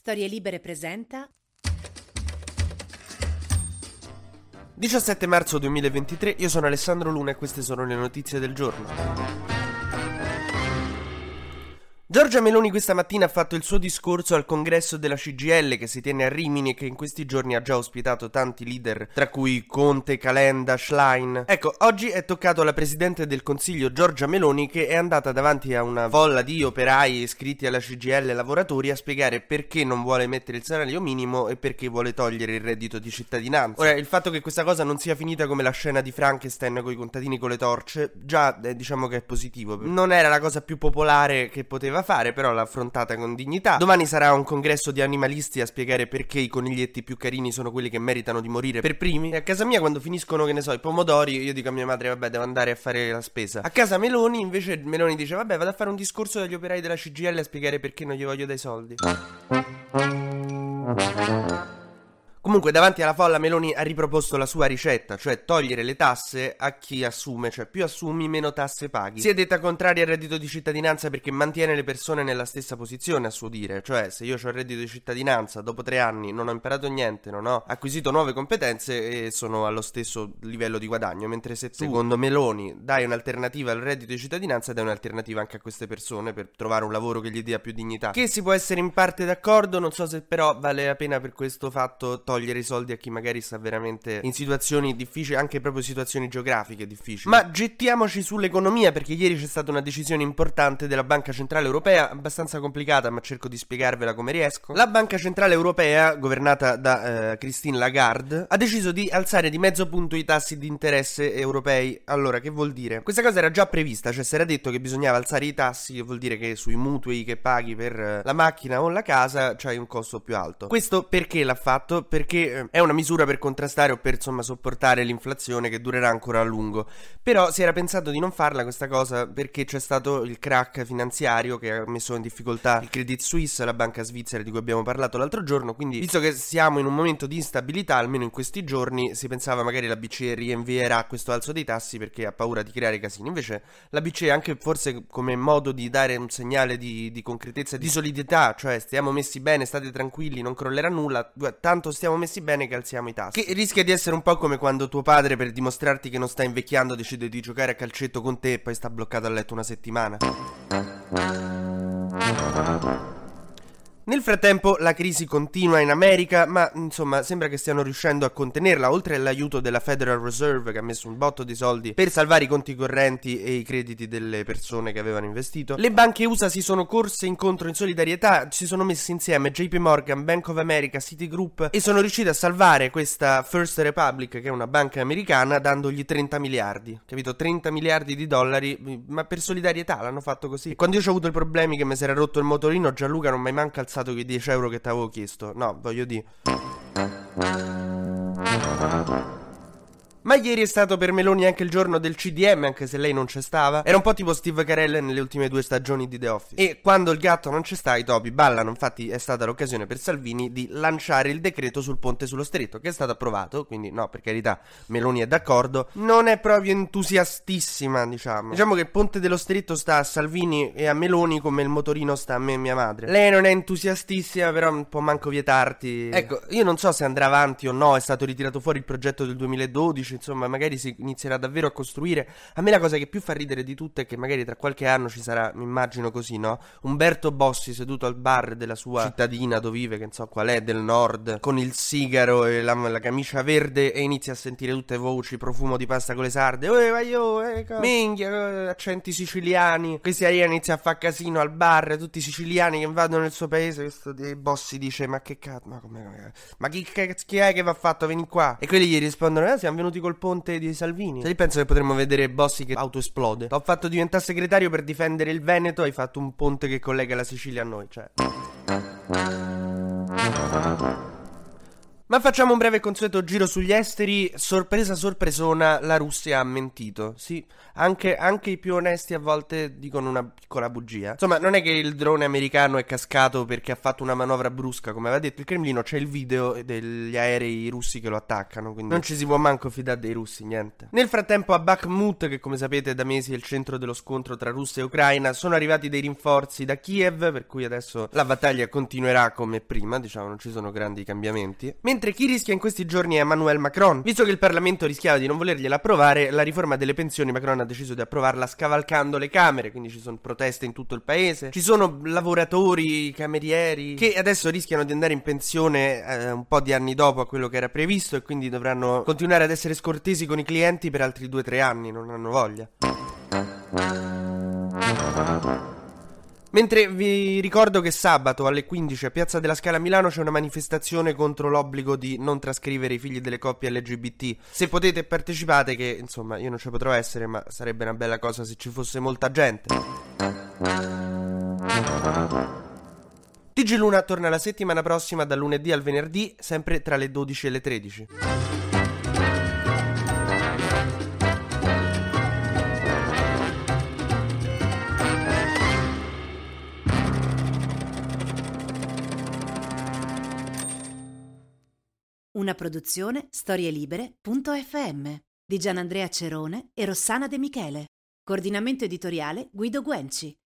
Storie Libere presenta 17 marzo 2023, io sono Alessandro Luna e queste sono le notizie del giorno. Giorgia Meloni questa mattina ha fatto il suo discorso al congresso della CGIL che si tiene a Rimini e che in questi giorni ha già ospitato tanti leader, tra cui Conte, Calenda, Schlein. Ecco, oggi è toccato alla Presidente del Consiglio Giorgia Meloni, che è andata davanti a una folla di operai iscritti alla CGIL e lavoratori a spiegare perché non vuole mettere il salario minimo e perché vuole togliere il reddito di cittadinanza. Ora, il fatto che questa cosa non sia finita come la scena di Frankenstein con i contadini con le torce, già diciamo che è positivo. Non era la cosa più popolare che poteva fare, però l'ha affrontata con dignità. Domani sarà un congresso di animalisti a spiegare perché i coniglietti più carini sono quelli che meritano di morire per primi. E a casa mia, quando finiscono, che ne so, i pomodori, io dico a mia madre, vabbè, devo andare a fare la spesa. A casa Meloni, invece, Meloni dice, vabbè, vado a fare un discorso dagli operai della CGIL a spiegare perché non gli voglio dai soldi. Comunque, davanti alla folla, Meloni ha riproposto la sua ricetta, cioè togliere le tasse a chi assume, cioè più assumi meno tasse paghi. Si è detta contraria al reddito di cittadinanza perché mantiene le persone nella stessa posizione, a suo dire, cioè se io ho il reddito di cittadinanza, dopo 3 anni non ho imparato niente, non ho acquisito nuove competenze e sono allo stesso livello di guadagno, mentre se tu, secondo Meloni, dai un'alternativa al reddito di cittadinanza, dai un'alternativa anche a queste persone per trovare un lavoro che gli dia più dignità. Che si può essere in parte d'accordo, non so se però vale la pena per questo fatto togliere i soldi a chi magari sta veramente in situazioni difficili, anche proprio situazioni geografiche difficili. Ma gettiamoci sull'economia, perché ieri c'è stata una decisione importante della Banca Centrale Europea, abbastanza complicata, ma cerco di spiegarvela come riesco. La Banca Centrale Europea, governata da Christine Lagarde, ha deciso di alzare di mezzo punto i tassi di interesse europei. Allora, che vuol dire? Questa cosa era già prevista, cioè si era detto che bisognava alzare i tassi, che vuol dire che sui mutui che paghi per la macchina o la casa c'hai un costo più alto. Questo perché l'ha fatto? Perché è una misura per contrastare o per insomma sopportare l'inflazione che durerà ancora a lungo. Però si era pensato di non farla questa cosa perché c'è stato il crack finanziario che ha messo in difficoltà il Credit Suisse, la banca svizzera di cui abbiamo parlato l'altro giorno. Quindi, visto che siamo in un momento di instabilità, almeno in questi giorni, si pensava magari la BCE rinvierà questo alzo dei tassi perché ha paura di creare casini. Invece la BCE, anche forse come modo di dare un segnale di concretezza, di solidità, cioè stiamo messi bene, state tranquilli, non crollerà nulla, tanto stiamo messi bene che alziamo i tassi. Che rischia di essere un po' come quando tuo padre, per dimostrarti che non sta invecchiando, decide di giocare a calcetto con te e poi sta bloccato a letto una settimana. Nel frattempo la crisi continua in America, ma insomma sembra che stiano riuscendo a contenerla, oltre all'aiuto della Federal Reserve che ha messo un botto di soldi per salvare i conti correnti e i crediti delle persone che avevano investito. Le banche USA si sono corse incontro in solidarietà, si sono messi insieme JP Morgan, Bank of America, Citigroup e sono riusciti a salvare questa First Republic, che è una banca americana, dandogli 30 miliardi, capito? 30 miliardi di dollari, ma per solidarietà l'hanno fatto così. E quando io ho avuto i problemi che mi si era rotto il motorino, Gianluca non mi hai manco alzato quei 10 euro che ti avevo chiesto. No, voglio dire. Ma ieri è stato per Meloni anche il giorno del CDM, anche se lei non c'è stava. Era un po' tipo Steve Carell nelle ultime 2 stagioni di The Office. E quando il gatto non c'è sta, i topi ballano. Infatti è stata l'occasione per Salvini di lanciare il decreto sul ponte sullo stretto, che è stato approvato. Quindi no, per carità, Meloni è d'accordo. Non è proprio entusiastissima, diciamo. Diciamo che il ponte dello stretto sta a Salvini e a Meloni come il motorino sta a me e mia madre. Lei non è entusiastissima, però non può manco vietarti. Ecco, io non so se andrà avanti o no. È stato ritirato fuori il progetto del 2012. Insomma, magari si inizierà davvero a costruire. A me la cosa che più fa ridere di tutto è che magari tra qualche anno ci sarà, mi immagino così, no? Umberto Bossi seduto al bar della sua cittadina dove vive, che non so qual è, del nord, con il sigaro e la camicia verde, e inizia a sentire tutte voci, profumo di pasta con le sarde, minchia, accenti siciliani. Questi arrivano, inizia a fare casino al bar, tutti i siciliani che invadono il suo paese. Questo Bossi dice, ma che cazzo, ma chi è che va fatto, vieni qua. E quelli gli rispondono, siamo venuti col ponte di Salvini. Se io penso che potremmo vedere Bossi che autoesplode. L'ho fatto diventare segretario per difendere il Veneto, hai fatto un ponte che collega la Sicilia a noi, cioè. Ma facciamo un breve e consueto giro sugli esteri. Sorpresa sorpresona, la Russia ha mentito. Sì, anche i più onesti a volte dicono una piccola bugia. Insomma, non è che il drone americano è cascato perché ha fatto una manovra brusca, come aveva detto il Cremlino. C'è il video degli aerei russi che lo attaccano, quindi non ci si può manco fidare dei russi, niente. Nel frattempo a Bakhmut, che come sapete da mesi è il centro dello scontro tra Russia e Ucraina, sono arrivati dei rinforzi da Kiev, per cui adesso la battaglia continuerà come prima, diciamo, non ci sono grandi cambiamenti. Mentre chi rischia in questi giorni è Emmanuel Macron. Visto che il Parlamento rischiava di non volergliela approvare, la riforma delle pensioni Macron ha deciso di approvarla scavalcando le Camere, quindi ci sono proteste in tutto il paese. Ci sono lavoratori, camerieri, che adesso rischiano di andare in pensione un po' di anni dopo a quello che era previsto e quindi dovranno continuare ad essere scortesi con i clienti per altri 2 o 3 anni, non hanno voglia. Mentre vi ricordo che sabato alle 15 a Piazza della Scala a Milano c'è una manifestazione contro l'obbligo di non trascrivere i figli delle coppie LGBT. Se potete partecipate, che insomma io non ci potrò essere, ma sarebbe una bella cosa se ci fosse molta gente. TG Luna torna la settimana prossima dal lunedì al venerdì, sempre tra le 12 e le 13. Una produzione storielibere.fm di Gianandrea Cerone e Rossana De Michele. Coordinamento editoriale Guido Guenci.